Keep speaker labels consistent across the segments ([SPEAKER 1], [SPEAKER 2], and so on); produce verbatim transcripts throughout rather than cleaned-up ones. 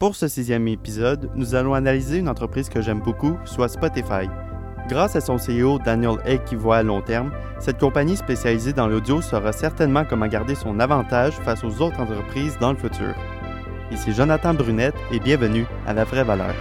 [SPEAKER 1] Pour ce sixième épisode, nous allons analyser une entreprise que j'aime beaucoup, soit Spotify. Grâce à son C E O Daniel Ek qui voit à long terme, cette compagnie spécialisée dans l'audio saura certainement comment garder son avantage face aux autres entreprises dans le futur. Ici Jonathan Brunette et bienvenue à La Vraie Valeur.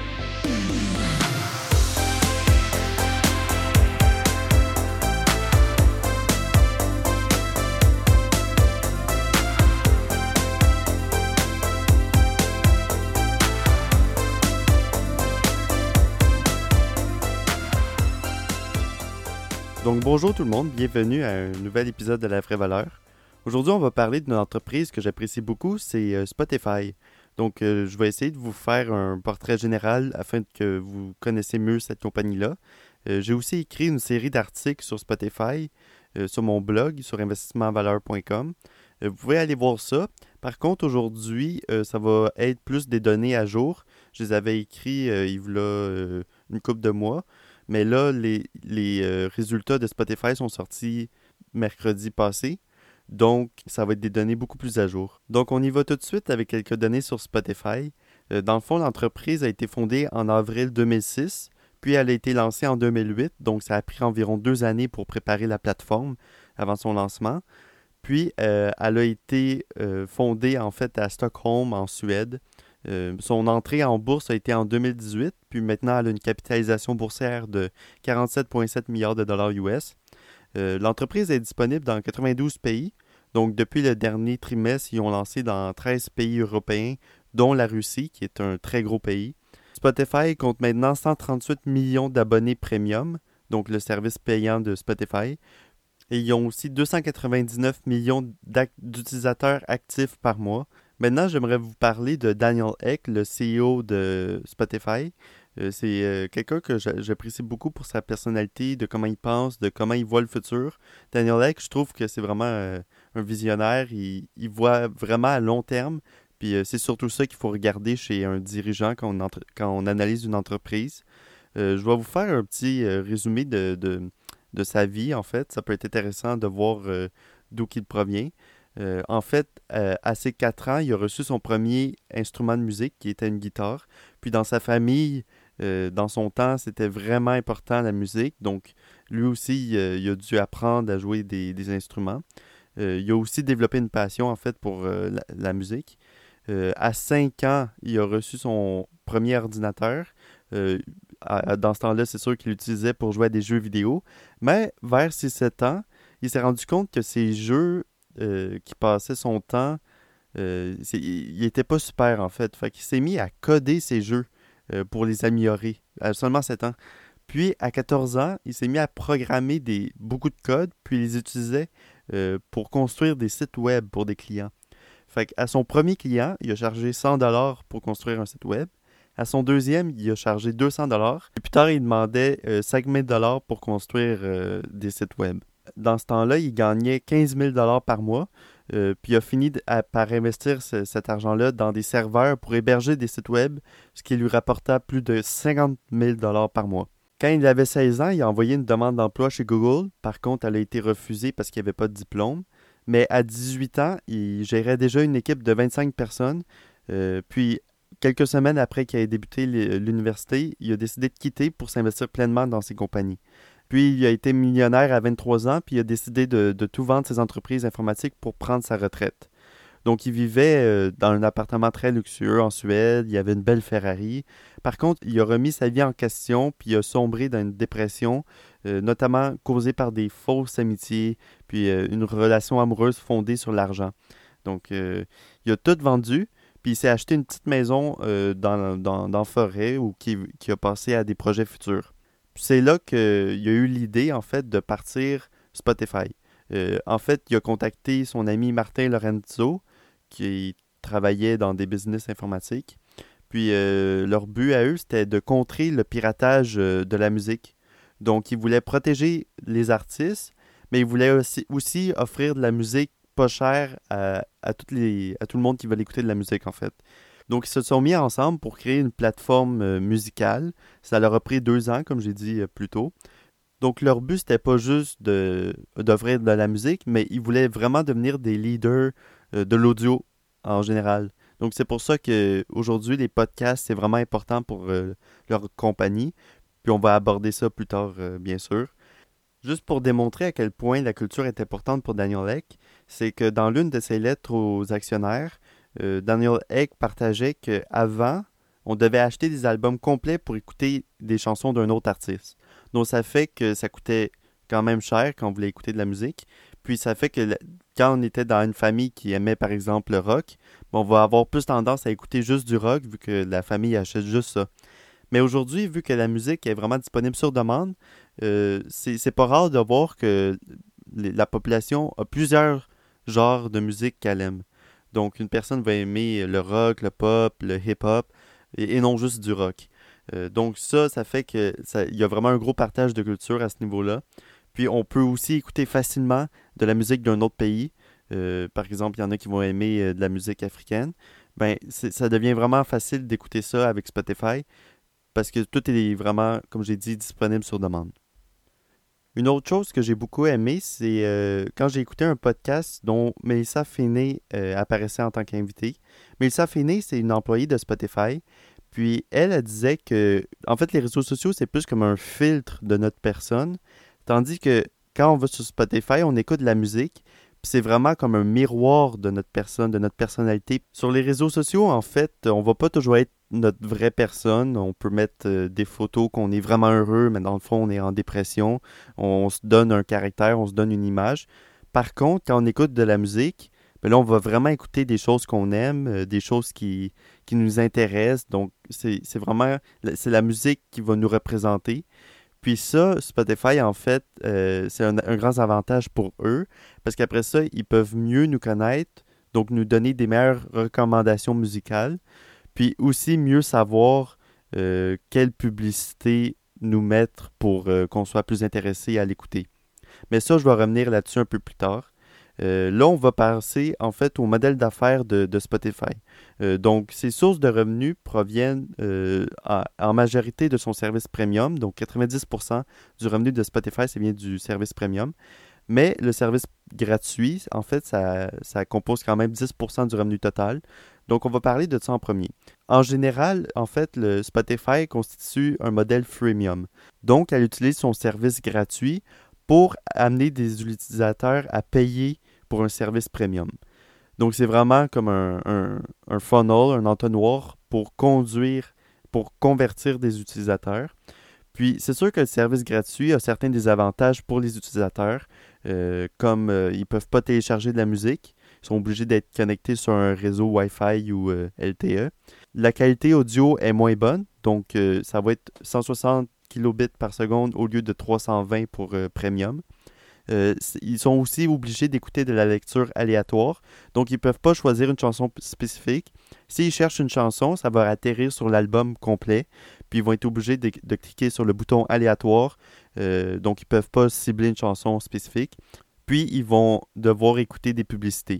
[SPEAKER 1] Donc bonjour tout le monde, bienvenue à un nouvel épisode de La Vraie Valeur. Aujourd'hui, on va parler d'une entreprise que j'apprécie beaucoup, c'est euh, Spotify. Donc euh, je vais essayer de vous faire un portrait général afin que vous connaissiez mieux cette compagnie-là. Euh, j'ai aussi écrit une série d'articles sur Spotify, euh, sur mon blog, sur investissement valeur point com. Euh, vous pouvez aller voir ça. Par contre, aujourd'hui, euh, ça va être plus des données à jour. Je les avais écrits euh, il y a euh, une couple de mois. Mais là, les, les euh, résultats de Spotify sont sortis mercredi passé. Donc, ça va être des données beaucoup plus à jour. Donc, on y va tout de suite avec quelques données sur Spotify. Euh, dans le fond, l'entreprise a été fondée en avril deux mille six, puis elle a été lancée en deux mille huit. Donc, ça a pris environ deux années pour préparer la plateforme avant son lancement. Puis, euh, elle a été euh, fondée en fait à Stockholm, en Suède. Euh, son entrée en bourse a été en deux mille dix-huit, puis maintenant elle a une capitalisation boursière de quarante-sept virgule sept milliards de dollars U S. Euh, l'entreprise est disponible dans quatre-vingt-douze pays, donc depuis le dernier trimestre, ils ont lancé dans treize pays européens, dont la Russie, qui est un très gros pays. Spotify compte maintenant cent trente-huit millions d'abonnés premium, donc le service payant de Spotify, et ils ont aussi deux cent quatre-vingt-dix-neuf millions d'utilisateurs actifs par mois. Maintenant, j'aimerais vous parler de Daniel Ek, le C E O de Spotify. Euh, c'est euh, quelqu'un que j'apprécie beaucoup pour sa personnalité, de comment il pense, de comment il voit le futur. Daniel Ek, je trouve que c'est vraiment euh, un visionnaire. Il, il voit vraiment à long terme. Puis euh, c'est surtout ça qu'il faut regarder chez un dirigeant quand on, entre, quand on analyse une entreprise. Euh, je vais vous faire un petit euh, résumé de, de, de sa vie, en fait. Ça peut être intéressant de voir euh, d'où il provient. Euh, en fait, euh, à ses quatre ans, il a reçu son premier instrument de musique qui était une guitare. Puis dans sa famille, euh, dans son temps, c'était vraiment important la musique. Donc lui aussi, euh, il a dû apprendre à jouer des, des instruments. Euh, il a aussi développé une passion en fait pour euh, la, la musique. Euh, à cinq ans, il a reçu son premier ordinateur. Euh, à, dans ce temps-là, c'est sûr qu'il l'utilisait pour jouer à des jeux vidéo. Mais vers ses sept ans, il s'est rendu compte que ces jeux Euh, qui passait son temps, euh, il n'était pas super en fait. Fait qu'il s'est mis à coder ses jeux euh, pour les améliorer à seulement sept ans. Puis à quatorze ans, il s'est mis à programmer des, beaucoup de codes, puis il les utilisait euh, pour construire des sites web pour des clients. Fait qu'à son premier client, il a chargé cent dollars pour construire un site web. À son deuxième, il a chargé deux cents dollars. Et plus tard, il demandait euh, cinq mille dollars pour construire euh, des sites web. Dans ce temps-là, il gagnait quinze mille dollars par mois, euh, puis il a fini de, à, par investir ce, cet argent-là dans des serveurs pour héberger des sites web, ce qui lui rapporta plus de cinquante mille dollars par mois. Quand il avait seize ans, il a envoyé une demande d'emploi chez Google. Par contre, elle a été refusée parce qu'il n'y avait pas de diplôme. Mais à dix-huit ans, il gérait déjà une équipe de vingt-cinq personnes. Euh, puis, quelques semaines après qu'il ait débuté l'université, il a décidé de quitter pour s'investir pleinement dans ses compagnies. Puis, il a été millionnaire à vingt-trois ans, puis il a décidé de, de tout vendre ses entreprises informatiques pour prendre sa retraite. Donc, il vivait euh, dans un appartement très luxueux en Suède, il avait une belle Ferrari. Par contre, il a remis sa vie en question, puis il a sombré dans une dépression, euh, notamment causée par des fausses amitiés, puis euh, une relation amoureuse fondée sur l'argent. Donc, euh, il a tout vendu, puis il s'est acheté une petite maison euh, dans, dans, dans la forêt où qui, qui a passé à des projets futurs. C'est là qu'il a eu l'idée, en fait, de partir Spotify. Euh, en fait, il a contacté son ami Martin Lorenzo, qui travaillait dans des business informatiques. Puis, euh, leur but à eux, c'était de contrer le piratage euh, de la musique. Donc, ils voulaient protéger les artistes, mais ils voulaient aussi, aussi offrir de la musique pas chère à, à, toutes les, à tout le monde qui veut écouter de la musique, en fait. Donc, ils se sont mis ensemble pour créer une plateforme euh, musicale. Ça leur a pris deux ans, comme j'ai dit euh, plus tôt. Donc, leur but, c'était pas juste de, d'offrir de la musique, mais ils voulaient vraiment devenir des leaders euh, de l'audio en général. Donc c'est pour ça qu'aujourd'hui, les podcasts, c'est vraiment important pour euh, leur compagnie. Puis on va aborder ça plus tard, euh, bien sûr. Juste pour démontrer à quel point la culture est importante pour Daniel Ek, c'est que dans l'une de ses lettres aux actionnaires, euh, Daniel Ek partageait qu'avant, on devait acheter des albums complets pour écouter des chansons d'un autre artiste. Donc ça fait que ça coûtait quand même cher quand on voulait écouter de la musique. Puis ça fait que la- quand on était dans une famille qui aimait par exemple le rock, ben, on va avoir plus tendance à écouter juste du rock vu que la famille achète juste ça. Mais aujourd'hui, vu que la musique est vraiment disponible sur demande, euh, c'est c'est pas rare de voir que les- la population a plusieurs genres de musique qu'elle aime. Donc, une personne va aimer le rock, le pop, le hip-hop, et, et non juste du rock. Euh, donc ça, ça fait que ça, il y a vraiment un gros partage de culture à ce niveau-là. Puis on peut aussi écouter facilement de la musique d'un autre pays. Euh, par exemple, il y en a qui vont aimer euh, de la musique africaine. Ben, c'est- ça devient vraiment facile d'écouter ça avec Spotify parce que tout est vraiment, comme j'ai dit, disponible sur demande. Une autre chose que j'ai beaucoup aimé, c'est euh, quand j'ai écouté un podcast dont Melissa Finney euh, apparaissait en tant qu'invitée. Melissa Finney, c'est une employée de Spotify. Puis elle, elle disait que, en fait, les réseaux sociaux, c'est plus comme un filtre de notre personne. Tandis que quand on va sur Spotify, on écoute de la musique. Puis c'est vraiment comme un miroir de notre personne, de notre personnalité. Sur les réseaux sociaux, en fait, on va pas toujours être notre vraie personne. On peut mettre euh, des photos qu'on est vraiment heureux, mais dans le fond, on est en dépression. On se donne un caractère, on se donne une image. Par contre, quand on écoute de la musique, ben là, on va vraiment écouter des choses qu'on aime, euh, des choses qui, qui nous intéressent. Donc, c'est c'est vraiment, c'est la musique qui va nous représenter. Puis ça, Spotify, en fait, euh, c'est un, un grand avantage pour eux, parce qu'après ça, ils peuvent mieux nous connaître, donc nous donner des meilleures recommandations musicales, puis aussi mieux savoir euh, quelle publicité nous mettre pour euh, qu'on soit plus intéressé à l'écouter. Mais ça, je vais revenir là-dessus un peu plus tard. Euh, là, on va passer en fait au modèle d'affaires de, de Spotify. Euh, donc, ses sources de revenus proviennent euh, en, en majorité de son service premium. Donc, quatre-vingt-dix pour cent du revenu de Spotify, ça vient du service premium. Mais le service gratuit, en fait, ça, ça compose quand même dix pour cent du revenu total. Donc, on va parler de ça en premier. En général, en fait, le Spotify constitue un modèle freemium. Donc, elle utilise son service gratuit pour amener des utilisateurs à payer pour un service premium. Donc, c'est vraiment comme un, un, un funnel, un entonnoir pour conduire, pour convertir des utilisateurs. Puis, c'est sûr que le service gratuit a certains désavantages pour les utilisateurs, euh, comme euh, ils ne peuvent pas télécharger de la musique, ils sont obligés d'être connectés sur un réseau Wi-Fi ou euh, L T E. La qualité audio est moins bonne, donc euh, ça va être cent soixante kilobits par seconde au lieu de trois cent vingt pour euh, Premium. Euh, ils sont aussi obligés d'écouter de la lecture aléatoire. Donc, ils ne peuvent pas choisir une chanson spécifique. S'ils cherchent une chanson, ça va atterrir sur l'album complet. Puis, ils vont être obligés de, de cliquer sur le bouton aléatoire. Euh, donc, ils ne peuvent pas cibler une chanson spécifique. Puis, ils vont devoir écouter des publicités.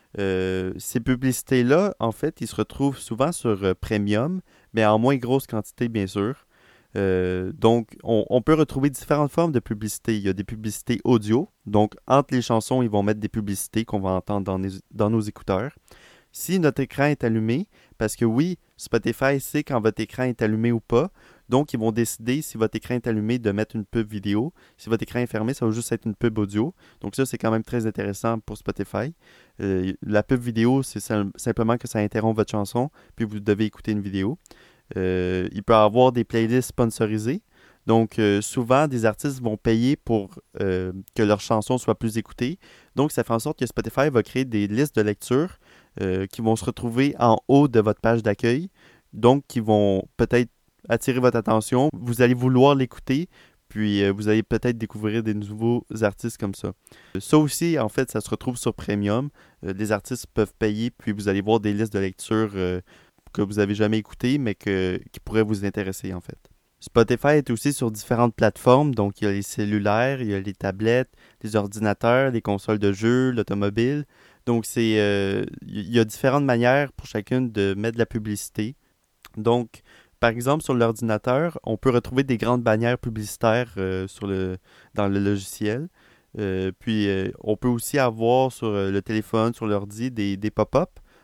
[SPEAKER 1] Euh, ces publicités-là, en fait, ils se retrouvent souvent sur euh, Premium, mais en moins grosse quantité, bien sûr. Euh, donc, on, on peut retrouver différentes formes de publicité. Il y a des publicités audio. Donc, entre les chansons, ils vont mettre des publicités qu'on va entendre dans, les- dans nos écouteurs. Si notre écran est allumé, parce que oui, Spotify sait quand votre écran est allumé ou pas. Donc, ils vont décider si votre écran est allumé de mettre une pub vidéo. Si votre écran est fermé, ça va juste être une pub audio. Donc, ça, c'est quand même très intéressant pour Spotify. Euh, la pub vidéo, c'est sim- simplement que ça interrompt votre chanson, puis vous devez écouter une vidéo. Euh, il peut y avoir des playlists sponsorisées. Donc, euh, souvent, des artistes vont payer pour euh, que leurs chansons soient plus écoutées. Donc, ça fait en sorte que Spotify va créer des listes de lecture euh, qui vont se retrouver en haut de votre page d'accueil. Donc, qui vont peut-être attirer votre attention. Vous allez vouloir l'écouter, puis euh, vous allez peut-être découvrir des nouveaux artistes comme ça. Ça aussi, en fait, ça se retrouve sur Premium. Euh, les artistes peuvent payer, puis vous allez voir des listes de lecture euh, que vous avez jamais écoutées, mais que, qui pourraient vous intéresser, en fait. Spotify est aussi sur différentes plateformes, donc il y a les cellulaires, il y a les tablettes, les ordinateurs, les consoles de jeux, l'automobile. Donc c'est euh, il y a différentes manières pour chacune de mettre de la publicité. Donc, par exemple, sur l'ordinateur, on peut retrouver des grandes bannières publicitaires euh, sur le, dans le logiciel. Euh, puis, euh, on peut aussi avoir sur euh, le téléphone, sur l'ordi, des, des pop-up.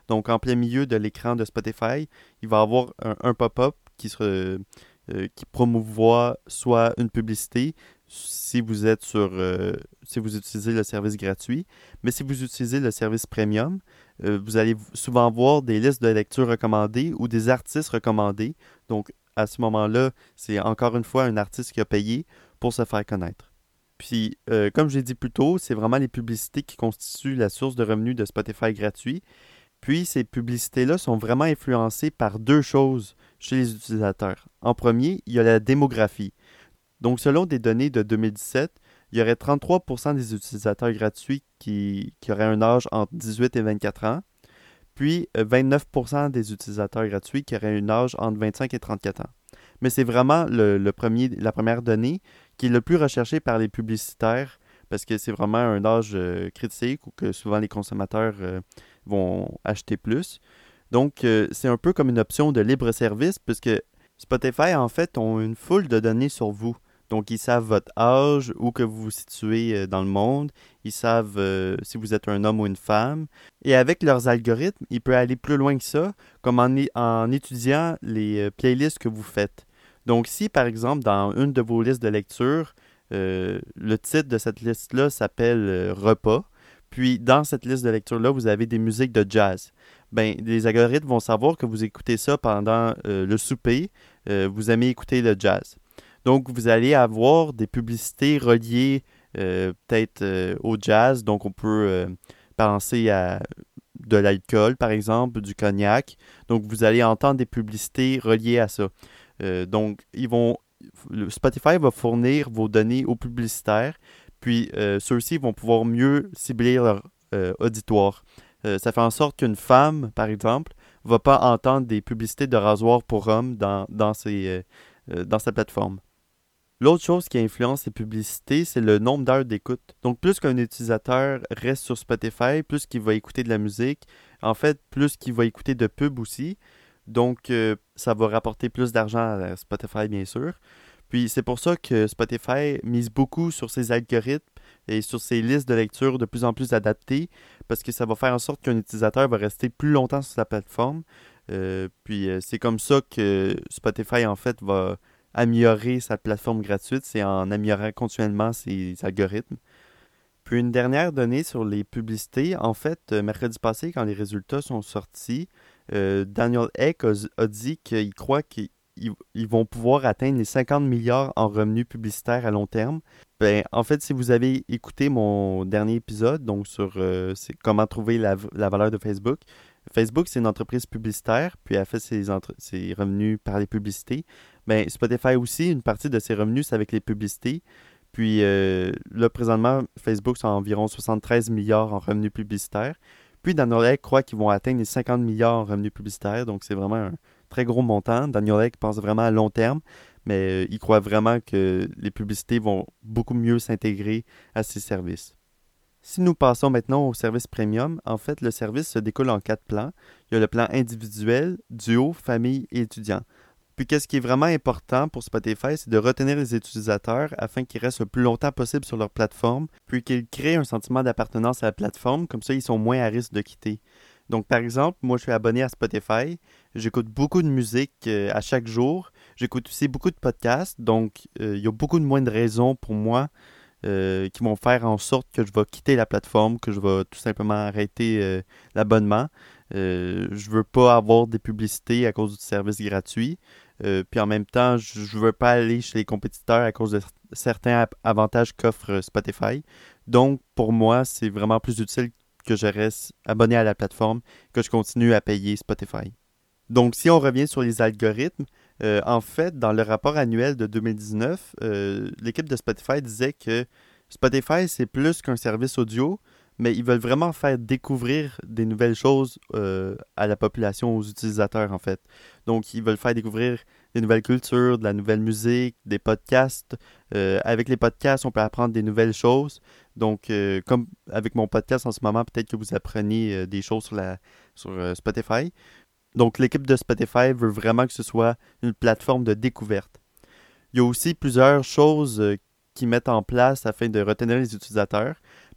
[SPEAKER 1] Donc, en plein milieu de l'écran de Spotify, il va y avoir un, un pop-up qui, se, euh, qui promouvoit soit une publicité si vous êtes sur, euh, si vous utilisez le service gratuit, mais si vous utilisez le service premium, euh, vous allez souvent voir des listes de lecture recommandées ou des artistes recommandés. Donc, à ce moment-là, c'est encore une fois un artiste qui a payé pour se faire connaître. Puis, euh, comme j'ai dit plus tôt, c'est vraiment les publicités qui constituent la source de revenus de Spotify gratuit. Puis, ces publicités-là sont vraiment influencées par deux choses chez les utilisateurs. En premier, il y a la démographie. Donc, selon des données de deux mille dix-sept, il y aurait trente-trois pour cent des utilisateurs gratuits qui, qui auraient un âge entre dix-huit et vingt-quatre ans, puis vingt-neuf pour cent des utilisateurs gratuits qui auraient un âge entre vingt-cinq et trente-quatre ans. Mais c'est vraiment le, le premier, la première donnée qui est le plus recherchée par les publicitaires parce que c'est vraiment un âge euh, critique où que souvent les consommateurs euh, vont acheter plus. Donc, euh, c'est un peu comme une option de libre service puisque Spotify, en fait, ont une foule de données sur vous. Donc, ils savent votre âge, où que vous vous situez euh, dans le monde. Ils savent euh, si vous êtes un homme ou une femme. Et avec leurs algorithmes, ils peuvent aller plus loin que ça, comme en, é- en étudiant les euh, playlists que vous faites. Donc, si, par exemple, dans une de vos listes de lecture, euh, le titre de cette liste-là s'appelle euh, Repas, puis dans cette liste de lecture-là, vous avez des musiques de jazz. Ben, les algorithmes vont savoir que vous écoutez ça pendant euh, le souper, euh, vous aimez écouter le jazz. Donc, vous allez avoir des publicités reliées euh, peut-être euh, au jazz. Donc, on peut euh, penser à de l'alcool, par exemple, du cognac. Donc, vous allez entendre des publicités reliées à ça. Euh, donc, ils vont, Spotify va fournir vos données aux publicitaires, puis euh, ceux-ci vont pouvoir mieux cibler leur euh, auditoire. Euh, ça fait en sorte qu'une femme, par exemple, ne va pas entendre des publicités de rasoir pour hommes dans, dans, ses, euh, euh, dans sa plateforme. L'autre chose qui influence les publicités, c'est le nombre d'heures d'écoute. Donc, plus qu'un utilisateur reste sur Spotify, plus qu'il va écouter de la musique, en fait, plus qu'il va écouter de pubs aussi. Donc, euh, ça va rapporter plus d'argent à Spotify, bien sûr. Puis, c'est pour ça que Spotify mise beaucoup sur ses algorithmes et sur ses listes de lecture de plus en plus adaptées, parce que ça va faire en sorte qu'un utilisateur va rester plus longtemps sur la plateforme. Euh, puis, euh, c'est comme ça que Spotify, en fait, va améliorer sa plateforme gratuite, c'est en améliorant continuellement ses algorithmes. Puis une dernière donnée sur les publicités, en fait, euh, mercredi passé, quand les résultats sont sortis, euh, Daniel Ek a, a dit qu'il croit qu'ils ils vont pouvoir atteindre les cinquante milliards en revenus publicitaires à long terme. Ben, en fait, si vous avez écouté mon dernier épisode, donc sur euh, c'est comment trouver la, la valeur de Facebook, Facebook, c'est une entreprise publicitaire, puis elle fait ses, entre- ses revenus par les publicités. Ben, Spotify aussi, une partie de ses revenus, c'est avec les publicités. Puis euh, là, présentement, Facebook, c'est environ soixante-treize milliards en revenus publicitaires. Puis Daniel Ek croit qu'ils vont atteindre les cinquante milliards en revenus publicitaires, donc c'est vraiment un très gros montant. Daniel Ek pense vraiment à long terme, mais euh, il croit vraiment que les publicités vont beaucoup mieux s'intégrer à ces services. Si nous passons maintenant au service premium, en fait, le service se découle en quatre plans. Il y a le plan individuel, duo, famille et étudiant. Puis, qu'est-ce qui est vraiment important pour Spotify, c'est de retenir les utilisateurs afin qu'ils restent le plus longtemps possible sur leur plateforme, puis qu'ils créent un sentiment d'appartenance à la plateforme, comme ça, ils sont moins à risque de quitter. Donc, par exemple, moi, je suis abonné à Spotify, j'écoute beaucoup de musique euh, à chaque jour, j'écoute aussi beaucoup de podcasts, donc euh, il y a beaucoup de moins de raisons pour moi euh, qui vont faire en sorte que je vais quitter la plateforme, que je vais tout simplement arrêter euh, l'abonnement. Euh, je veux pas avoir des publicités à cause du service gratuit. Euh, puis en même temps, je ne veux pas aller chez les compétiteurs à cause de certains avantages qu'offre Spotify. Donc, pour moi, c'est vraiment plus utile que je reste abonné à la plateforme, que je continue à payer Spotify. Donc, si on revient sur les algorithmes, euh, en fait, dans le rapport annuel de deux mille dix-neuf, euh, l'équipe de Spotify disait que Spotify, c'est plus qu'un service audio, mais ils veulent vraiment faire découvrir des nouvelles choses euh, à la population, aux utilisateurs, en fait. Donc, ils veulent faire découvrir des nouvelles cultures, de la nouvelle musique, des podcasts. Euh, avec les podcasts, on peut apprendre des nouvelles choses. Donc, euh, comme avec mon podcast en ce moment, peut-être que vous apprenez euh, des choses sur, la, sur euh, Spotify. Donc, l'équipe de Spotify veut vraiment que ce soit une plateforme de découverte. Il y a aussi plusieurs choses euh, qu'ils mettent en place afin de retenir les utilisateurs.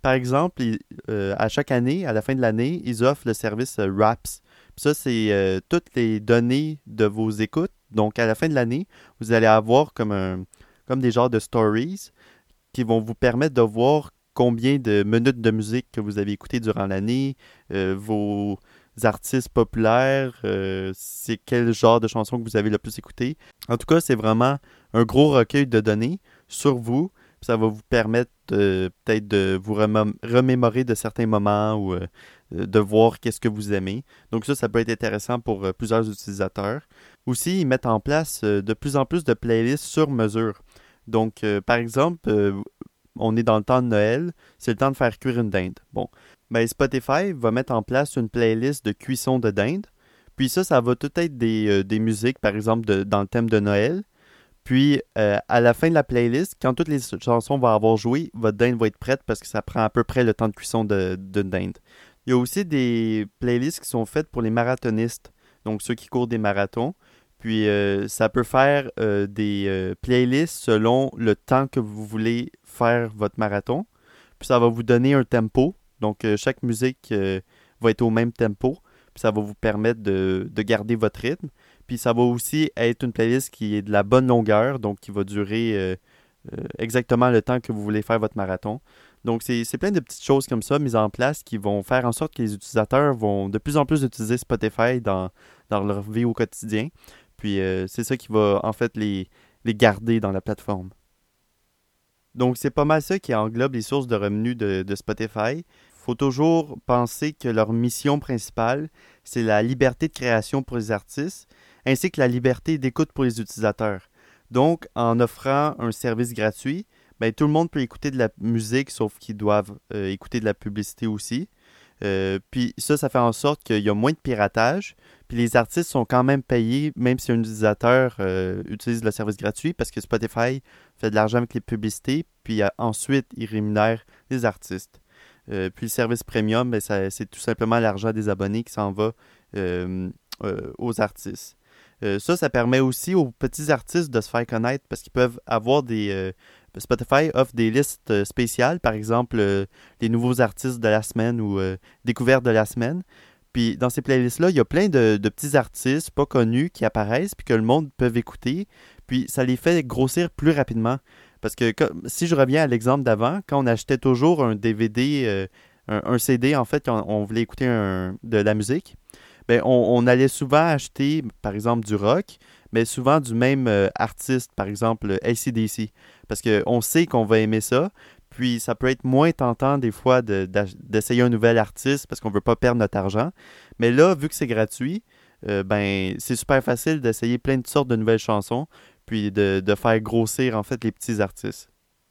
[SPEAKER 1] par exemple, ils- euh, à chaque année, à la fin de l'année, ils offrent le service euh, Wraps. Puis ça, c'est euh, toutes les données de vos écoutes. Donc, à la fin de l'année, vous allez avoir comme un, comme des genres de stories qui vont vous permettre de voir combien de minutes de musique que vous avez écouté durant l'année, euh, vos artistes populaires, euh, c'est quel genre de chansons que vous avez le plus écouté. En tout cas, c'est vraiment un gros recueil de données sur vous. Puis ça va vous permettre de, peut-être de vous remé- remémorer de certains moments ou euh, de voir qu'est-ce que vous aimez. Donc ça, ça peut être intéressant pour euh, plusieurs utilisateurs. Aussi, ils mettent en place euh, de plus en plus de playlists sur mesure. Donc, euh, par exemple, euh, on est dans le temps de Noël, c'est le temps de faire cuire une dinde. Bon, ben Spotify va mettre en place une playlist de cuisson de dinde. Puis ça, ça va tout être des, euh, des musiques, par exemple, de- dans le thème de Noël. Puis, euh, à la fin de la playlist, quand toutes les chansons vont avoir joué, votre dinde va être prête parce que ça prend à peu près le temps de cuisson de, d'une dinde. Il y a aussi des playlists qui sont faites pour les marathonistes, donc ceux qui courent des marathons. Puis, euh, ça peut faire euh, des euh, playlists selon le temps que vous voulez faire votre marathon. Puis, ça va vous donner un tempo. Donc, euh, chaque musique euh, va être au même tempo. Puis, ça va vous permettre de, de garder votre rythme. Puis ça va aussi être une playlist qui est de la bonne longueur, donc qui va durer euh, euh, exactement le temps que vous voulez faire votre marathon. Donc c'est, c'est plein de petites choses comme ça mises en place qui vont faire en sorte que les utilisateurs vont de plus en plus utiliser Spotify dans, dans leur vie au quotidien. Puis euh, c'est ça qui va en fait les, les garder dans la plateforme. Donc, c'est pas mal ça qui englobe les sources de revenus de, de Spotify. Il faut toujours penser que leur mission principale, c'est la liberté de création pour les artistes, ainsi que la liberté d'écoute pour les utilisateurs. Donc, en offrant un service gratuit, ben, tout le monde peut écouter de la musique, sauf qu'ils doivent euh, écouter de la publicité aussi. Euh, puis ça, ça fait en sorte qu'il y a moins de piratage. Puis les artistes sont quand même payés, même si un utilisateur euh, utilise le service gratuit, parce que Spotify fait de l'argent avec les publicités, puis euh, ensuite, il rémunère les artistes. Euh, puis le service premium, ben, ça, c'est tout simplement l'argent des abonnés qui s'en va euh, euh, aux artistes. Euh, ça, ça permet aussi aux petits artistes de se faire connaître parce qu'ils peuvent avoir des... euh, Spotify offre des listes euh, spéciales, par exemple euh, les nouveaux artistes de la semaine ou euh, découvertes de la semaine. Puis dans ces playlists-là, il y a plein de, de petits artistes pas connus qui apparaissent puis que le monde peut écouter. Puis ça les fait grossir plus rapidement. Parce que comme- si je reviens à l'exemple d'avant, quand on achetait toujours un D V D, euh, un, un C D en fait, quand on voulait écouter un- de la musique, ben on, on allait souvent acheter, par exemple, du rock, mais souvent du même euh, artiste, par exemple A C D C. Parce qu'on sait qu'on va aimer ça, puis ça peut être moins tentant des fois de- d'ach- d'essayer un nouvel artiste parce qu'on veut pas perdre notre argent. Mais là, vu que c'est gratuit, euh, ben c'est super facile d'essayer plein de sortes de nouvelles chansons, puis de, de faire grossir en fait les petits artistes.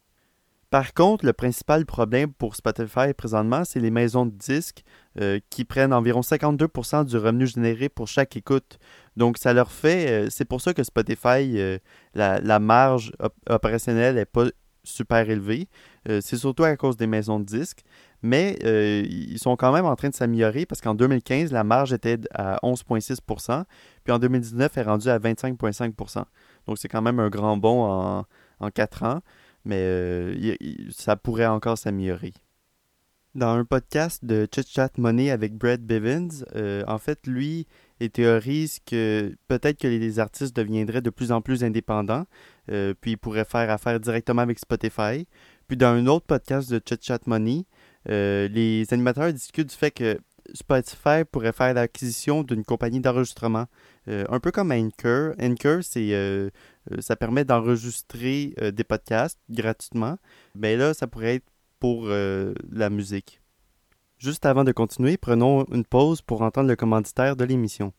[SPEAKER 1] Par contre, le principal problème pour Spotify présentement, c'est les maisons de disques euh, qui prennent environ cinquante-deux pour cent du revenu généré pour chaque écoute. Donc, ça leur fait... euh, c'est pour ça que Spotify, euh, la, la marge op- opérationnelle n'est pas super élevée. Euh, c'est surtout à cause des maisons de disques. Mais euh, ils sont quand même en train de s'améliorer parce qu'en deux mille quinze, la marge était à onze virgule six pour cent. Puis en deux mille dix-neuf, elle est rendue à vingt-cinq virgule cinq pour cent. Donc, c'est quand même un grand bond en, en quatre ans. Mais euh, y- y- ça pourrait encore s'améliorer. Dans un podcast de Chit Chat Money avec Brett Bivens, euh, en fait, lui, il théorise que peut-être que les artistes deviendraient de plus en plus indépendants, euh, puis ils pourraient faire affaire directement avec Spotify. Puis dans un autre podcast de Chit Chat Money, euh, les animateurs discutent du fait que Spotify pourrait faire l'acquisition d'une compagnie d'enregistrement. Euh, un peu comme Anchor. Anchor, c'est, euh, euh, ça permet d'enregistrer euh, des podcasts gratuitement. Mais là, ça pourrait être pour euh, la musique. Juste avant de continuer, prenons une pause pour entendre le commanditaire de l'émission.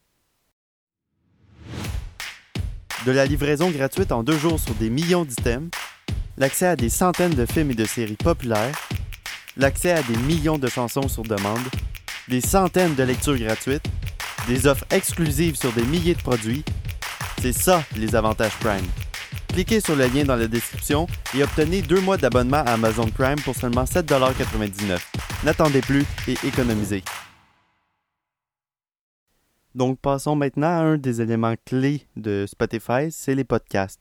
[SPEAKER 1] De la livraison gratuite en deux jours sur des millions d'items, l'accès à des centaines de films et de séries populaires, l'accès à des millions de chansons sur demande, des centaines de lectures gratuites, des offres exclusives sur des milliers de produits, c'est ça les avantages Prime. Cliquez sur le lien dans la description et obtenez deux mois d'abonnement à Amazon Prime pour seulement sept dollars quatre-vingt-dix-neuf. N'attendez plus et économisez. Donc passons maintenant à un des éléments clés de Spotify, c'est les podcasts.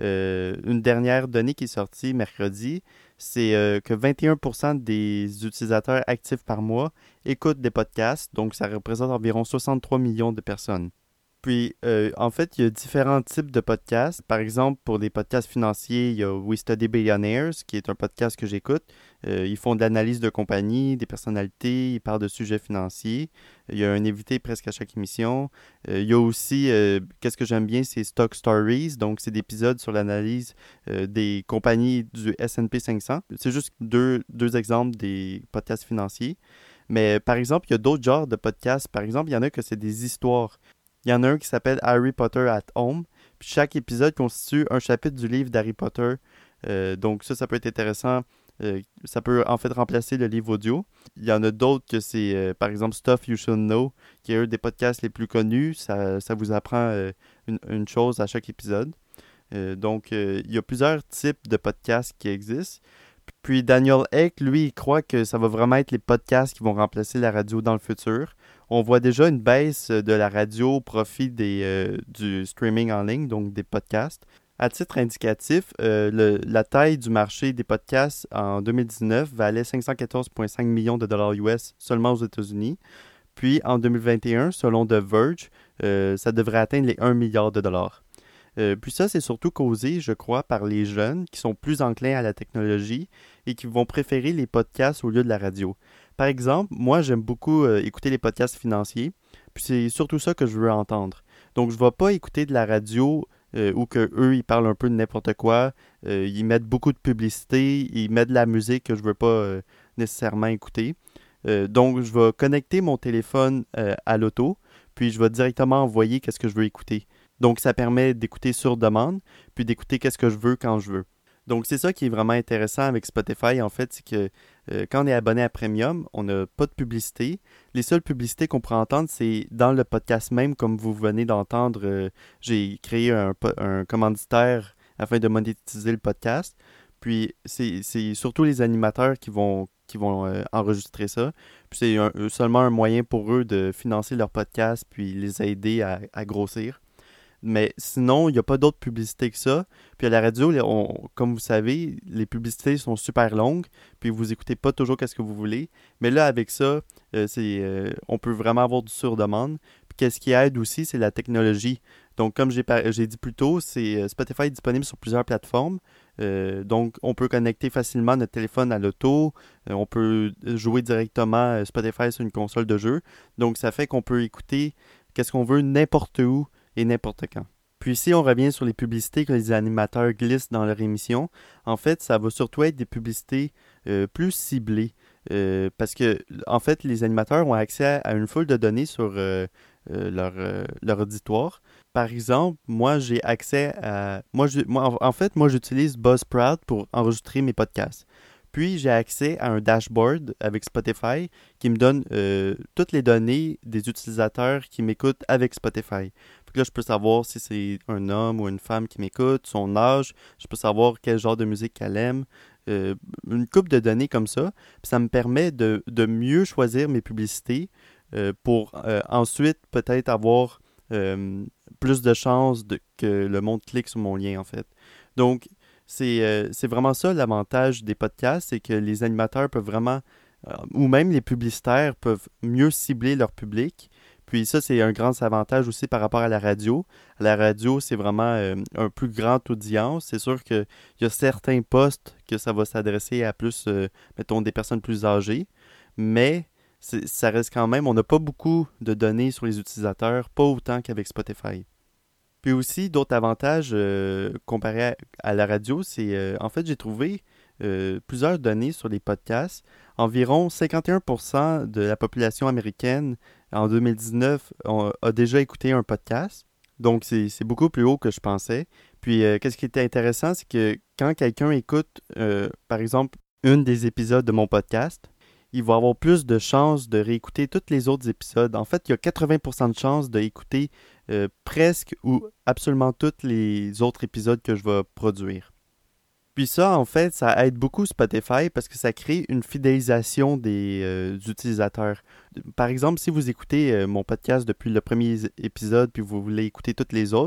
[SPEAKER 1] Euh, une dernière donnée qui est sortie mercredi, c'est euh, que vingt et un pour cent des utilisateurs actifs par mois écoutent des podcasts, donc ça représente environ soixante-trois millions de personnes. Puis, euh, en fait, il y a différents types de podcasts. Par exemple, pour les podcasts financiers, il y a We Study Billionaires, qui est un podcast que j'écoute. Euh, ils font de l'analyse de compagnie, des personnalités, ils parlent de sujets financiers. Il y a un invité presque à chaque émission. Euh, il y a aussi, euh, qu'est-ce que j'aime bien, c'est Stock Stories. Donc, c'est des épisodes sur l'analyse euh, des compagnies du S and P cinq cents. C'est juste deux, deux exemples des podcasts financiers. Mais par exemple, il y a d'autres genres de podcasts. Par exemple, il y en a que c'est des histoires. Il y en a un qui s'appelle Harry Potter at Home. Puis chaque épisode constitue un chapitre du livre d'Harry Potter. Euh, donc ça, ça peut être intéressant. Euh, ça peut en fait remplacer le livre audio. Il y en a d'autres que c'est, euh, par exemple, Stuff You Should Know, qui est un des podcasts les plus connus. Ça, ça vous apprend euh, une, une chose à chaque épisode. Euh, donc, euh, il y a plusieurs types de podcasts qui existent. Puis Daniel Ek, lui, il croit que ça va vraiment être les podcasts qui vont remplacer la radio dans le futur. On voit déjà une baisse de la radio au profit des, euh, du streaming en ligne, donc des podcasts. À titre indicatif, euh, le- la taille du marché des podcasts en deux mille dix-neuf valait cinq cent quatorze virgule cinq millions de dollars U S seulement aux États-Unis. Puis en deux mille vingt et un, selon The Verge, euh, ça devrait atteindre les un milliard de dollars. Euh, puis ça, c'est surtout causé, je crois, par les jeunes qui sont plus enclins à la technologie et qui vont préférer les podcasts au lieu de la radio. Par exemple, moi, j'aime beaucoup euh, écouter les podcasts financiers, puis c'est surtout ça que je veux entendre. Donc, je ne vais pas écouter de la radio euh, où que eux, ils parlent un peu de n'importe quoi, euh, ils mettent beaucoup de publicité, ils mettent de la musique que je ne veux pas euh, nécessairement écouter. Euh, donc, je vais connecter mon téléphone euh, à l'auto, puis je vais directement envoyer qu'est-ce que je veux écouter. Donc, ça permet d'écouter sur demande, puis d'écouter qu'est-ce que je veux quand je veux. Donc, c'est ça qui est vraiment intéressant avec Spotify, en fait, c'est que euh, quand on est abonné à Premium, on n'a pas de publicité. Les seules publicités qu'on pourrait entendre, c'est dans le podcast même, comme vous venez d'entendre. Euh, j'ai créé un, po- un commanditaire afin de monétiser le podcast. Puis, c'est, c'est surtout les animateurs qui vont, qui vont euh, enregistrer ça. Puis, c'est un- seulement un moyen pour eux de financer leur podcast, puis les aider à, à grossir. Mais sinon, il n'y a pas d'autres publicités que ça. Puis à la radio, les- on- comme vous savez, les publicités sont super longues, puis vous n'écoutez pas toujours qu'est-ce que vous voulez. Mais là, avec ça, euh, c'est, euh, on peut vraiment avoir du sur-demande. Puis qu'est-ce qui aide aussi, c'est la technologie. Donc, comme j'ai, par- j'ai dit plus tôt, c'est, euh, Spotify est disponible sur plusieurs plateformes. Euh, donc, on peut connecter facilement notre téléphone à l'auto. Euh, on peut jouer directement euh, Spotify sur une console de jeu. Donc, ça fait qu'on peut écouter qu'est-ce qu'on veut n'importe où et n'importe quand. Puis si on revient sur les publicités que les animateurs glissent dans leur émission, en fait, ça va surtout être des publicités euh, plus ciblées. Euh, parce que, en fait, les animateurs ont accès à une foule de données sur euh, euh, leur, euh, leur auditoire. Par exemple, moi, j'ai accès à... Moi, je- moi, en en fait, moi, j'utilise Buzzsprout pour enregistrer mes podcasts. Puis, j'ai accès à un dashboard avec Spotify qui me donne euh, toutes les données des utilisateurs qui m'écoutent avec Spotify. Puis là, je peux savoir si c'est un homme ou une femme qui m'écoute, son âge, je peux savoir quel genre de musique qu'elle aime, euh, une couple de données comme ça. Puis ça me permet de, de mieux choisir mes publicités euh, pour euh, ensuite peut-être avoir euh, plus de chances de, que le monde clique sur mon lien, en fait. Donc, c'est euh, c'est vraiment ça l'avantage des podcasts, c'est que les animateurs peuvent vraiment, euh, ou même les publicitaires peuvent mieux cibler leur public. Puis ça, c'est un grand avantage aussi par rapport à la radio. À la radio, c'est vraiment euh, un plus grand audience. C'est sûr qu'il y a certains postes que ça va s'adresser à plus, euh, mettons, des personnes plus âgées. Mais c'est- ça reste quand même, on n'a pas beaucoup de données sur les utilisateurs, pas autant qu'avec Spotify. Puis aussi, d'autres avantages euh, comparés à, à la radio, c'est euh, en fait, j'ai trouvé euh, plusieurs données sur les podcasts. Environ cinquante et un pour cent de la population américaine en deux mille dix-neuf ont- a déjà écouté un podcast. Donc, c'est c'est beaucoup plus haut que je pensais. Puis, euh, qu'est-ce qui était intéressant, c'est que quand quelqu'un écoute, euh, par exemple, une des épisodes de mon podcast, il va avoir plus de chances de réécouter tous les autres épisodes. En fait, il y a quatre-vingts pour cent de chances d'écouter euh, presque ou absolument tous les autres épisodes que je vais produire. Puis ça, en fait, ça aide beaucoup Spotify parce que ça crée une fidélisation des euh, utilisateurs. Par exemple, si vous écoutez euh, mon podcast depuis le premier épisode puis vous voulez écouter tous les autres,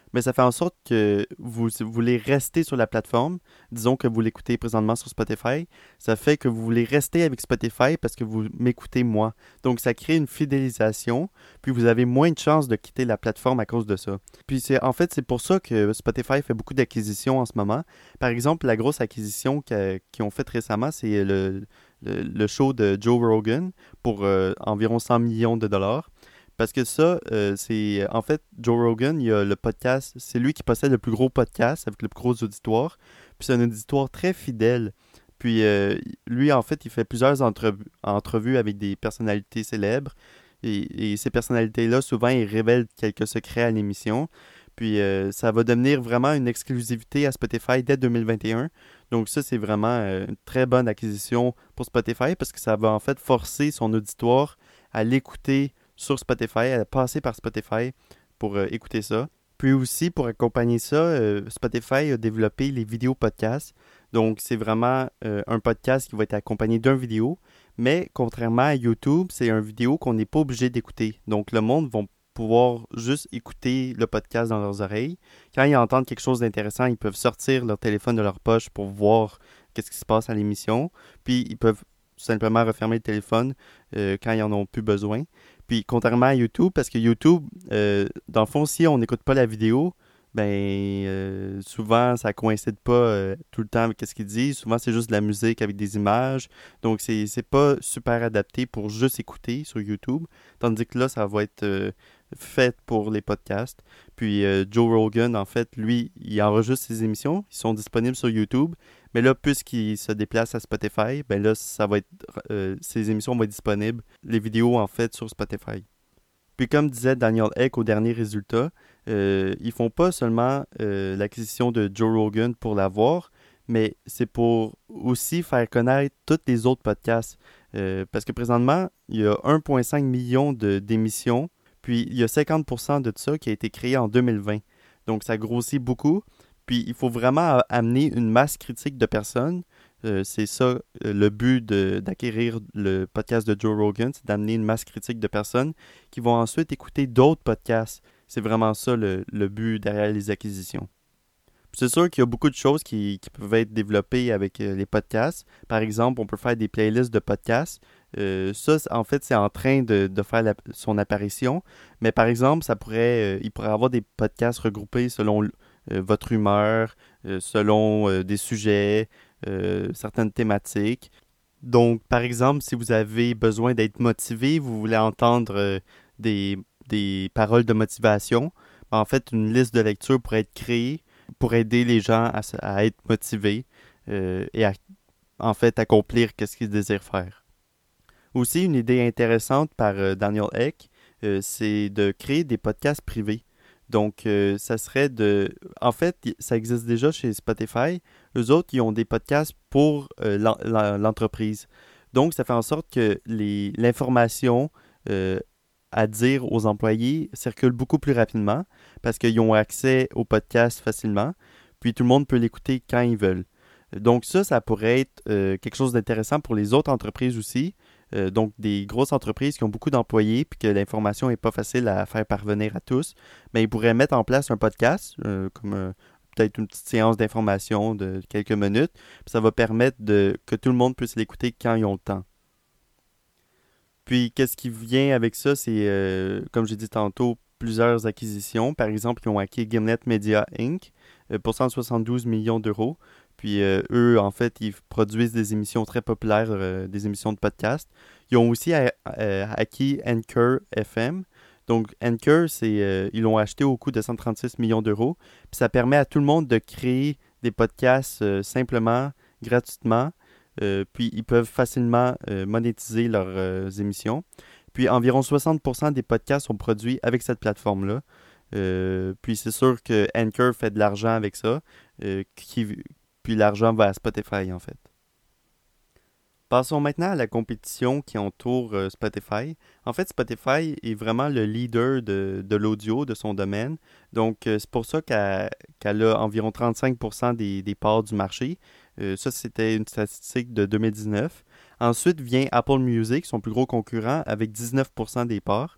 [SPEAKER 1] mais ça fait en sorte que vous voulez rester sur la plateforme. Disons que vous l'écoutez présentement sur Spotify. Ça fait que vous voulez rester avec Spotify parce que vous m'écoutez moi. Donc, ça crée une fidélisation, puis vous avez moins de chances de quitter la plateforme à cause de ça. Puis, c'est, en fait, c'est pour ça que Spotify fait beaucoup d'acquisitions en ce moment. Par exemple, la grosse acquisition qu'a- qu'ils ont faite récemment, c'est le, le, le show de Joe Rogan pour euh, environ cent millions de dollars. Parce que ça, euh, c'est... En fait, Joe Rogan, il y a le podcast... C'est lui qui possède le plus gros podcast avec le plus gros auditoire. Puis c'est un auditoire très fidèle. Puis euh, lui, en fait, il fait plusieurs entrev- entrevues avec des personnalités célèbres. Et, et ces personnalités-là, souvent, ils révèlent quelques secrets à l'émission. Puis euh, ça va devenir vraiment une exclusivité à Spotify dès deux mille vingt et un. Donc ça, c'est vraiment euh, une très bonne acquisition pour Spotify parce que ça va en fait forcer son auditoire à l'écouter sur Spotify, à passer par Spotify pour euh, écouter ça. Puis aussi, pour accompagner ça, euh, Spotify a développé les vidéos podcasts. Donc, c'est vraiment euh, un podcast qui va être accompagné d'un vidéo. Mais contrairement à YouTube, c'est un vidéo qu'on n'est pas obligé d'écouter. Donc, le monde va pouvoir juste écouter le podcast dans leurs oreilles. Quand ils entendent quelque chose d'intéressant, ils peuvent sortir leur téléphone de leur poche pour voir qu'est-ce qui se passe à l'émission. Puis, ils peuvent tout simplement refermer le téléphone euh, quand ils en ont plus besoin. Puis, contrairement à YouTube, parce que YouTube, euh, dans le fond, si on n'écoute pas la vidéo, ben euh, souvent, ça coïncide pas euh, tout le temps avec ce qu'ils disent. Souvent, c'est juste de la musique avec des images. Donc, c'est, c'est pas super adapté pour juste écouter sur YouTube. Tandis que là, ça va être euh, fait pour les podcasts. Puis, euh, Joe Rogan, en fait, lui, il enregistre ses émissions. Ils sont disponibles sur YouTube. Mais là, puisqu'il se déplace à Spotify, ben là, ça va être, euh, ces émissions vont être disponibles, les vidéos en fait, sur Spotify. Puis comme disait Daniel Ek au dernier résultat, euh, ils font pas seulement euh, l'acquisition de Joe Rogan pour l'avoir, mais c'est pour aussi faire connaître tous les autres podcasts. Euh, parce que présentement, il y a un virgule cinq million de, d'émissions, puis il y a cinquante pour cent de ça qui a été créé en deux mille vingt. Donc ça grossit beaucoup. Puis il faut vraiment amener une masse critique de personnes. Euh, c'est ça euh, le but de- d'acquérir le podcast de Joe Rogan, c'est d'amener une masse critique de personnes qui vont ensuite écouter d'autres podcasts. C'est vraiment ça le, le but derrière les acquisitions. Puis c'est sûr qu'il y a beaucoup de choses qui, qui peuvent être développées avec euh, les podcasts. Par exemple, on peut faire des playlists de podcasts. Euh, ça, en fait, c'est en train de, de faire la- son apparition. Mais par exemple, ça pourrait, euh, il pourrait y avoir des podcasts regroupés selon euh, votre humeur, euh, selon euh, des sujets, euh, certaines thématiques. Donc, par exemple, si vous avez besoin d'être motivé, vous voulez entendre euh, des, des paroles de motivation, en fait, une liste de lecture pourrait être créée pour aider les gens à, se- à être motivés euh, et à, en fait, accomplir ce qu'ils désirent faire. Aussi, une idée intéressante par euh, Daniel Ek, euh, c'est de créer des podcasts privés. Donc, euh, ça serait de... En fait, y- ça existe déjà chez Spotify. Eux autres, ils ont des podcasts pour euh, l'en- l'en- l'entreprise. Donc, ça fait en sorte que les, l'information euh, à dire aux employés circule beaucoup plus rapidement parce qu'ils ont accès au podcast facilement. Puis, tout le monde peut l'écouter quand ils veulent. Donc, ça, ça pourrait être euh, quelque chose d'intéressant pour les autres entreprises aussi. Euh, donc, des grosses entreprises qui ont beaucoup d'employés puis que l'information n'est pas facile à faire parvenir à tous, mais ils pourraient mettre en place un podcast, euh, comme euh, peut-être une petite séance d'information de quelques minutes. Puis ça va permettre de, que tout le monde puisse l'écouter quand ils ont le temps. Puis, qu'est-ce qui vient avec ça, c'est, euh, comme j'ai dit tantôt, plusieurs acquisitions. Par exemple, ils ont acquis Gimlet Media Inc euh, pour cent soixante-douze millions d'euros. Puis, euh, eux, en fait, ils produisent des émissions très populaires, euh, des émissions de podcast. Ils ont aussi a- euh, acquis Anchor F M. Donc, Anchor, c'est, euh, ils l'ont acheté au coût de cent trente-six millions d'euros. Puis, ça permet à tout le monde de créer des podcasts euh, simplement, gratuitement. Euh, puis ils peuvent facilement euh, monétiser leurs euh, émissions. Puis environ soixante pour cent des podcasts sont produits avec cette plateforme-là. Euh, puis c'est sûr que Anchor fait de l'argent avec ça. euh, qui- puis l'argent va à Spotify en fait. Passons maintenant à la compétition qui entoure euh, Spotify. En fait, Spotify est vraiment le leader de, de l'audio de son domaine. Donc, euh, c'est pour ça qu'elle, qu'elle a environ trente-cinq pour cent des, des parts du marché. Euh, ça, c'était une statistique de deux mille dix-neuf. Ensuite vient Apple Music, son plus gros concurrent, avec dix-neuf pour cent des parts.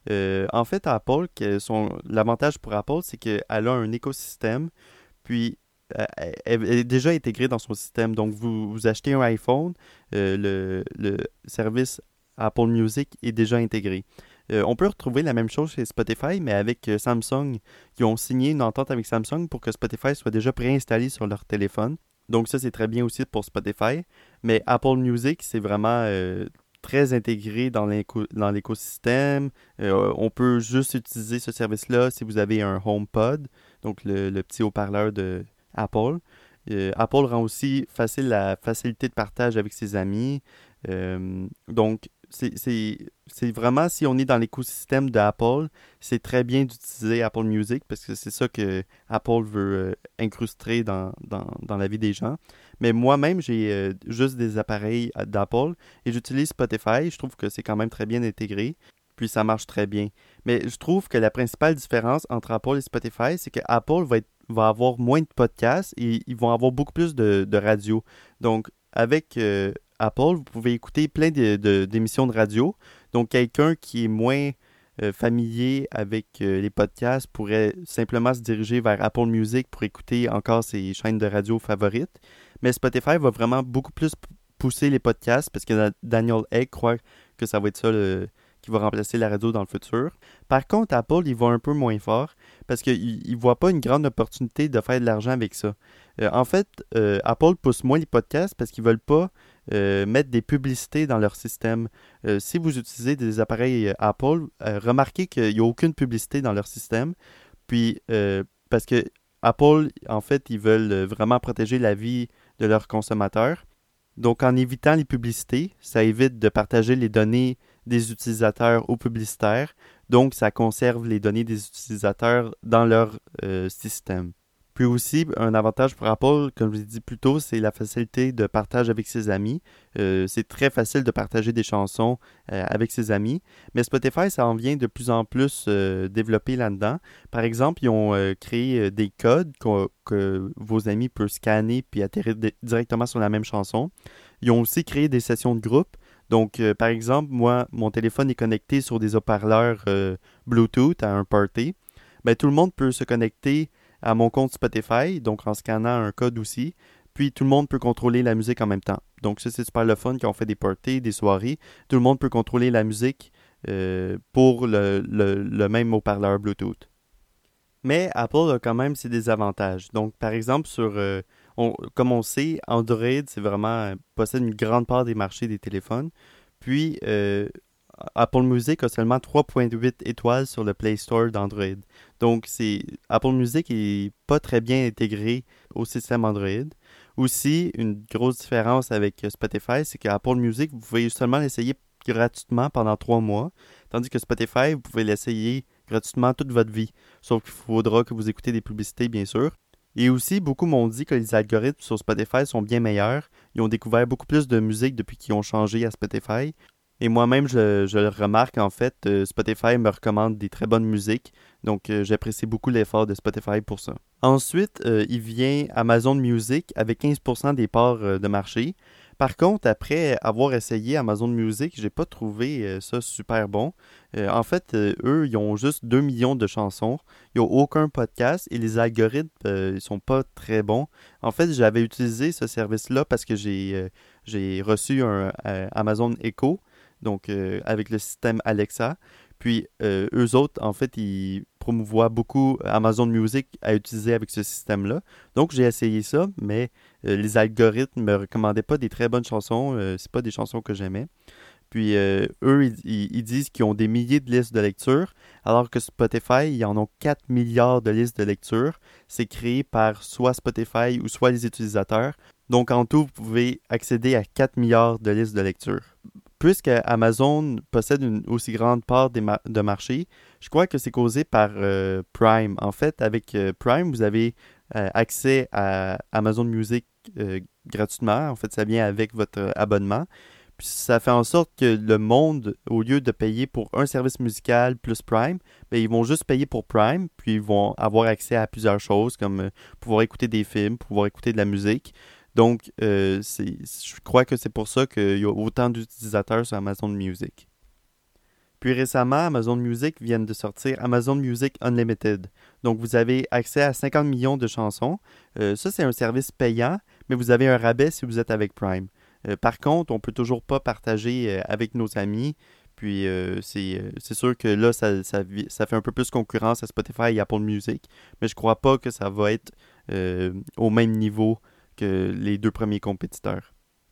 [SPEAKER 1] Euh, en fait, Apple, que son, l'avantage pour Apple, c'est qu'elle a un écosystème, puis euh, elle, elle est déjà intégrée dans son système. Donc, vous, vous achetez un iPhone, euh, le, le service Apple Music est déjà intégré. Euh, on peut retrouver la même chose chez Spotify, mais avec euh, Samsung, qui ont signé une entente avec Samsung pour que Spotify soit déjà préinstallé sur leur téléphone. Donc ça, c'est très bien aussi pour Spotify. Mais Apple Music, c'est vraiment euh, très intégré dans, l'éco- dans l'écosystème. Euh, on peut juste utiliser ce service-là si vous avez un HomePod, donc le, le petit haut-parleur de Apple. Euh, Apple rend aussi facile la facilité de partage avec ses amis. Euh, donc, c'est, c'est, c'est vraiment, si on est dans l'écosystème d'Apple, c'est très bien d'utiliser Apple Music parce que c'est ça que Apple veut euh, incruster dans, dans, dans la vie des gens. Mais moi-même, j'ai euh, juste des appareils à- d'Apple et j'utilise Spotify. Je trouve que c'est quand même très bien intégré. Puis ça marche très bien. Mais je trouve que la principale différence entre Apple et Spotify, c'est que Apple va être, va avoir moins de podcasts et ils vont avoir beaucoup plus de, de radio. Donc, avec euh, Apple, vous pouvez écouter plein de, de- d'émissions de radio. Donc, quelqu'un qui est moins euh, familier avec euh, les podcasts pourrait simplement se diriger vers Apple Music pour écouter encore ses chaînes de radio favorites. Mais Spotify va vraiment beaucoup plus p- pousser les podcasts parce que Daniel Ek croit que ça va être ça le, qui va remplacer la radio dans le futur. Par contre, Apple, il va un peu moins fort parce qu'il ne voit pas une grande opportunité de faire de l'argent avec ça. Euh, en fait, euh, Apple pousse moins les podcasts parce qu'ils ne veulent pas euh, mettre des publicités dans leur système. Euh, si vous utilisez des appareils euh, Apple, euh, remarquez qu'il n'y a aucune publicité dans leur système. Puis, euh, parce que Apple, en fait, ils veulent euh, vraiment protéger la vie de leurs consommateurs. Donc, en évitant les publicités, ça évite de partager les données des utilisateurs aux publicitaires. Donc, ça conserve les données des utilisateurs dans leur euh, système. Puis aussi, un avantage pour Apple, comme je l'ai dit plus tôt, c'est la facilité de partage avec ses amis. Euh, c'est très facile de partager des chansons euh, avec ses amis. Mais Spotify, ça en vient de plus en plus euh, développé là-dedans. Par exemple, ils ont euh, créé euh, des codes qu'o- que vos amis peuvent scanner puis atterrir di- directement sur la même chanson. Ils ont aussi créé des sessions de groupe. Donc, euh, par exemple, moi, mon téléphone est connecté sur des haut-parleurs euh, Bluetooth à un party. Ben, tout le monde peut se connecter à mon compte Spotify, donc en scannant un code aussi. Puis tout le monde peut contrôler la musique en même temps. Donc ça, c'est super le fun quand on fait des parties, des soirées. Tout le monde peut contrôler la musique euh, pour le, le, le même haut-parleur Bluetooth. Mais Apple a quand même ses désavantages. Donc, par exemple, sur, euh, on- comme on sait, Android, c'est vraiment euh, possède une grande part des marchés des téléphones. Puis, euh, Apple Music a seulement trois virgule huit étoiles sur le Play Store d'Android. Donc, c'est Apple Music est pas très bien intégré au système Android. Aussi, une grosse différence avec euh, Spotify, c'est qu'Apple Music, vous pouvez seulement l'essayer gratuitement pendant trois mois, tandis que Spotify, vous pouvez l'essayer gratuitement toute votre vie. Sauf qu'il faudra que vous écoutez des publicités, bien sûr. Et aussi, beaucoup m'ont dit que les algorithmes sur Spotify sont bien meilleurs. Ils ont découvert beaucoup plus de musique depuis qu'ils ont changé à Spotify. Et moi-même, je, je le remarque, en fait, euh, Spotify me recommande des très bonnes musiques. Donc, euh, j'apprécie beaucoup l'effort de Spotify pour ça. Ensuite, euh, il vient Amazon Music avec quinze pour cent des parts euh, de marché. Par contre, après avoir essayé Amazon Music, j'ai pas trouvé euh, ça super bon. Euh, en fait, euh, eux, ils ont juste deux millions de chansons. Ils n'ont aucun podcast et les algorithmes, euh, ils sont pas très bons. En fait, j'avais utilisé ce service-là parce que j'ai euh, j'ai reçu un euh, Amazon Echo, donc euh, avec le système Alexa. Puis euh, eux autres, en fait, ils promouvoient beaucoup Amazon Music à utiliser avec ce système-là. Donc j'ai essayé ça, mais euh, les algorithmes me recommandaient pas des très bonnes chansons. Euh, c'est pas des chansons que j'aimais. Puis euh, eux, ils, ils- ils disent qu'ils ont des milliers de listes de lecture, alors que Spotify, ils en ont quatre milliards de listes de lecture. C'est créé par soit Spotify ou soit les utilisateurs. Donc en tout, vous pouvez accéder à quatre milliards de listes de lecture. Puisque Amazon possède une aussi grande part des ma- de marché, je crois que c'est causé par euh, Prime. En fait, avec euh, Prime, vous avez euh, accès à Amazon Music euh, gratuitement. En fait, ça vient avec votre euh, abonnement. Puis ça fait en sorte que le monde, au lieu de payer pour un service musical plus Prime, ben, ils vont juste payer pour Prime, puis ils vont avoir accès à plusieurs choses comme euh, pouvoir écouter des films, pouvoir écouter de la musique. Donc, euh, c'est, je crois que c'est pour ça qu'il y a autant d'utilisateurs sur Amazon Music. Puis récemment, Amazon Music vient de sortir Amazon Music Unlimited. Donc vous avez accès à cinquante millions de chansons. Euh, ça, c'est un service payant, mais vous avez un rabais si vous êtes avec Prime. Euh, par contre, on peut toujours pas partager euh, avec nos amis. Puis euh, c'est, euh, c'est sûr que là, ça, ça, vi- ça fait un peu plus concurrence à Spotify et Apple Music. Mais je crois pas que ça va être euh, au même niveau que les deux premiers compétiteurs.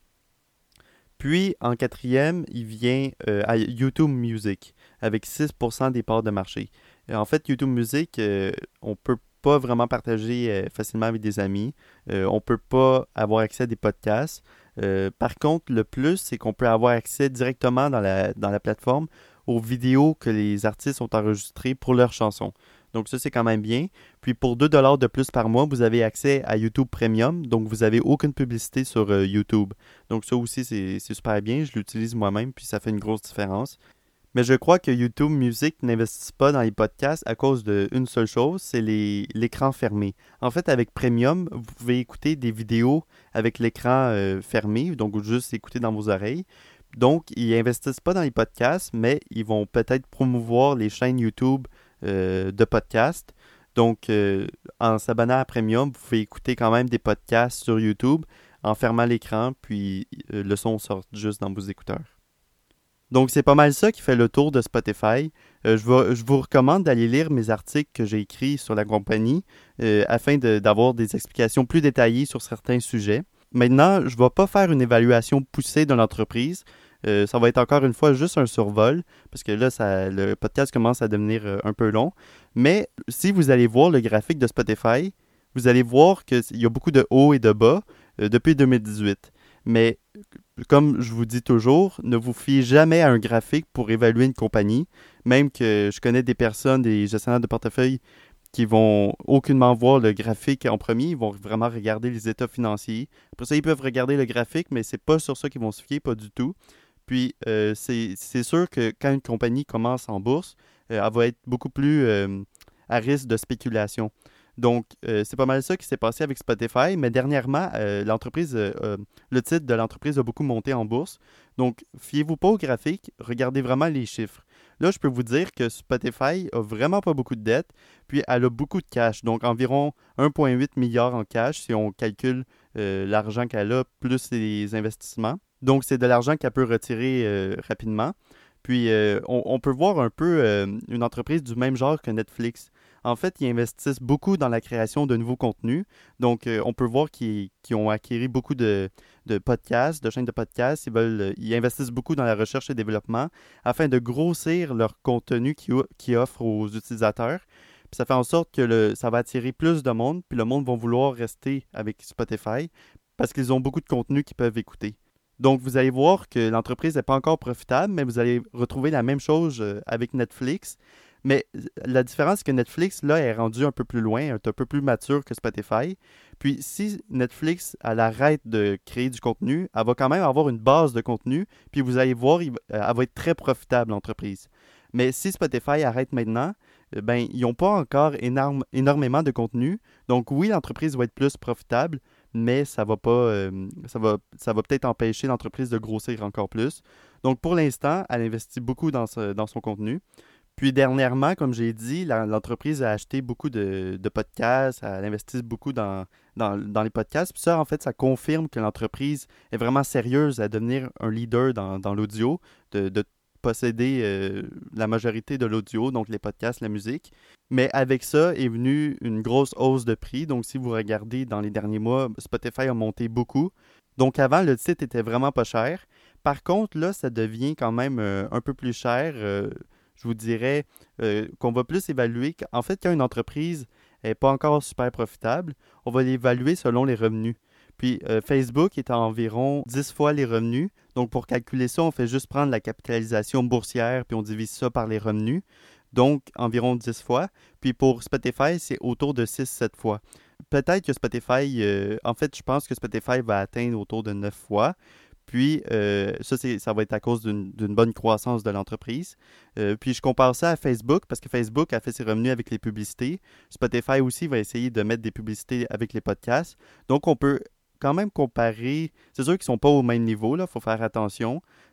[SPEAKER 1] Puis, en quatrième, il vient euh, à YouTube Music, avec six pour cent des parts de marché. Euh, en fait, YouTube Music, euh, on peut pas vraiment partager euh, facilement avec des amis. Euh, on peut pas avoir accès à des podcasts. Euh, par contre, le plus, c'est qu'on peut avoir accès directement dans la, dans la plateforme aux vidéos que les artistes ont enregistrées pour leurs chansons. Donc ça, c'est quand même bien. Puis pour deux dollars de plus par mois, vous avez accès à YouTube Premium. Donc vous n'avez aucune publicité sur euh, YouTube. Donc ça aussi, c'est c'est super bien. Je l'utilise moi-même, puis ça fait une grosse différence. Mais je crois que YouTube Music n'investit pas dans les podcasts à cause d'une seule chose, c'est les- l'écran fermé. En fait, avec Premium, vous pouvez écouter des vidéos avec l'écran euh, fermé, donc juste écouter dans vos oreilles. Donc, ils investissent pas dans les podcasts, mais ils vont peut-être promouvoir les chaînes YouTube euh, de podcasts. Donc, euh, en s'abonnant à Premium, vous pouvez écouter quand même des podcasts sur YouTube en fermant l'écran, puis euh, le son sort juste dans vos écouteurs. Donc, c'est pas mal ça qui fait le tour de Spotify. Euh, je, vais- je vous recommande d'aller lire mes articles que j'ai écrits sur la compagnie euh, afin de- d'avoir des explications plus détaillées sur certains sujets. Maintenant, je ne vais pas faire une évaluation poussée de l'entreprise. Euh, ça va être encore une fois juste un survol, parce que là, ça, le podcast commence à devenir euh, un peu long. Mais si vous allez voir le graphique de Spotify, vous allez voir qu'il y a beaucoup de hauts et de bas euh, depuis deux mille dix-huit. Mais comme je vous dis toujours, ne vous fiez jamais à un graphique pour évaluer une compagnie. Même que je connais des personnes, des gestionnaires de portefeuille qui vont aucunement voir le graphique en premier, ils vont vraiment regarder les états financiers. Après ça, ils peuvent regarder le graphique, mais c'est pas sur ça qu'ils vont se fier, pas du tout. Puis, euh, c'est, c'est sûr que quand une compagnie commence en bourse, euh, elle va être beaucoup plus euh, à risque de spéculation. Donc, euh, c'est pas mal ça qui s'est passé avec Spotify, mais dernièrement, euh, l'entreprise, euh, euh, le titre de l'entreprise a beaucoup monté en bourse. Donc, fiez-vous pas au graphique, regardez vraiment les chiffres. Là, je peux vous dire que Spotify a vraiment pas beaucoup de dettes, puis elle a beaucoup de cash, donc environ un virgule huit milliard en cash si on calcule euh, l'argent qu'elle a plus les investissements. Donc, c'est de l'argent qu'elle peut retirer euh, rapidement. Puis, euh, on, on peut voir un peu euh, une entreprise du même genre que Netflix. En fait, ils investissent beaucoup dans la création de nouveaux contenus. Donc, euh, on peut voir qu'ils qu'ils ont acquis beaucoup de, de podcasts, de chaînes de podcasts. Ils veulent, euh, ils investissent beaucoup dans la recherche et développement afin de grossir leur contenu qu'ils qu'ils offrent aux utilisateurs. Puis ça fait en sorte que le, ça va attirer plus de monde, puis le monde va vouloir rester avec Spotify parce qu'ils ont beaucoup de contenu qu'ils peuvent écouter. Donc, vous allez voir que l'entreprise n'est pas encore profitable, mais vous allez retrouver la même chose euh, avec Netflix. Mais euh, la différence, c'est que Netflix, là, est rendu un peu plus loin, est un peu plus mature que Spotify. Puis, si Netflix, elle arrête de créer du contenu, elle va quand même avoir une base de contenu. Puis, vous allez voir, il va- euh, elle va être très profitable, l'entreprise. Mais si Spotify arrête maintenant, euh, ben, ils n'ont pas encore énorme- énormément de contenu. Donc, oui, l'entreprise va être plus profitable, mais ça va pas, euh, ça va, ça va peut-être empêcher l'entreprise de grossir encore plus. Donc, pour l'instant, elle investit beaucoup dans, ce- dans son contenu. Puis dernièrement, comme j'ai dit, la- l'entreprise a acheté beaucoup de, de podcasts, elle investit beaucoup dans, dans, dans les podcasts. Puis ça, en fait, ça confirme que l'entreprise est vraiment sérieuse à devenir un leader dans, dans l'audio, de, de posséder euh, la majorité de l'audio, donc les podcasts, la musique. Mais avec ça est venue une grosse hausse de prix. Donc si vous regardez dans les derniers mois, Spotify a monté beaucoup. Donc avant, le site était vraiment pas cher. Par contre, là, ça devient quand même euh, un peu plus cher. Euh, je vous dirais euh, qu'on va plus évaluer. qu- En fait, quand une entreprise n'est pas encore super profitable, on va l'évaluer selon les revenus. Puis euh, Facebook est à environ dix fois les revenus. Donc pour calculer ça, on fait juste prendre la capitalisation boursière puis on divise ça par les revenus. Donc environ dix fois. Puis pour Spotify, c'est autour de six sept fois. Peut-être que Spotify, euh, en fait, je pense que Spotify va atteindre autour de neuf fois. Puis, euh, ça, c'est, ça va être à cause d'une, d'une bonne croissance de l'entreprise. Euh, puis, je compare ça à Facebook parce que Facebook a fait ses revenus avec les publicités. Spotify aussi va essayer de mettre des publicités avec les podcasts. Donc, on peut quand même comparer. C'est sûr qu'ils ne sont pas au même niveau, là, il faut faire attention.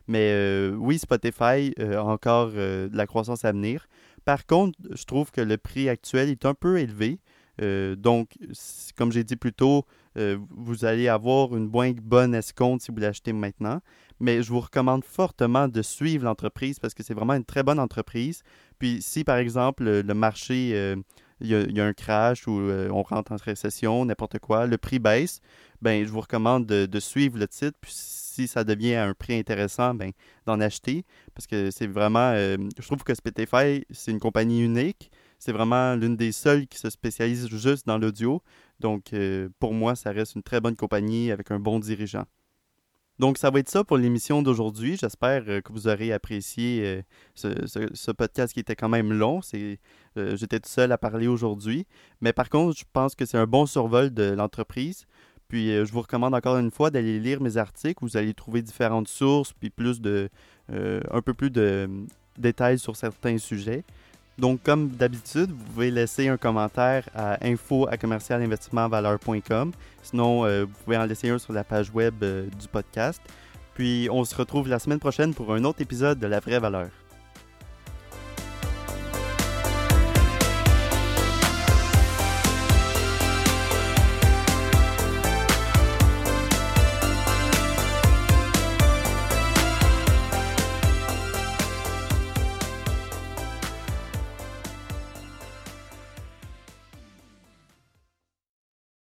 [SPEAKER 1] Mais euh, oui, Spotify euh, a encore euh, de la croissance à venir. Par contre, je trouve que le prix actuel est un peu élevé. Euh, donc, c- comme j'ai dit plus tôt, euh, vous allez avoir une moins bonne escompte si vous l'achetez maintenant. Mais je vous recommande fortement de suivre l'entreprise parce que c'est vraiment une très bonne entreprise. Puis si par exemple le, le marché, euh, il y a, il y a un crash ou euh, on rentre en récession, n'importe quoi, le prix baisse, ben je vous recommande de, de suivre le titre. Puis si ça devient à un prix intéressant, ben d'en acheter parce que c'est vraiment, euh, je trouve que Spotify, c'est une compagnie unique. C'est vraiment l'une des seules qui se spécialise juste dans l'audio. Donc, euh, pour moi, ça reste une très bonne compagnie avec un bon dirigeant. Donc, ça va être ça pour l'émission d'aujourd'hui. J'espère euh, que vous aurez apprécié euh, ce, ce- ce podcast qui était quand même long. C'est, euh, j'étais tout seul à parler aujourd'hui. Mais par contre, je pense que c'est un bon survol de l'entreprise. Puis, euh, je vous recommande encore une fois d'aller lire mes articles. Vous allez trouver différentes sources, puis plus de, euh, un peu plus de euh, détails sur certains sujets. Donc, comme d'habitude, vous pouvez laisser un commentaire à info à commercial investissement valeur point com. Sinon, euh, vous pouvez en laisser un sur la page web euh, du podcast. Puis, on se retrouve la semaine prochaine pour un autre épisode de La Vraie Valeur.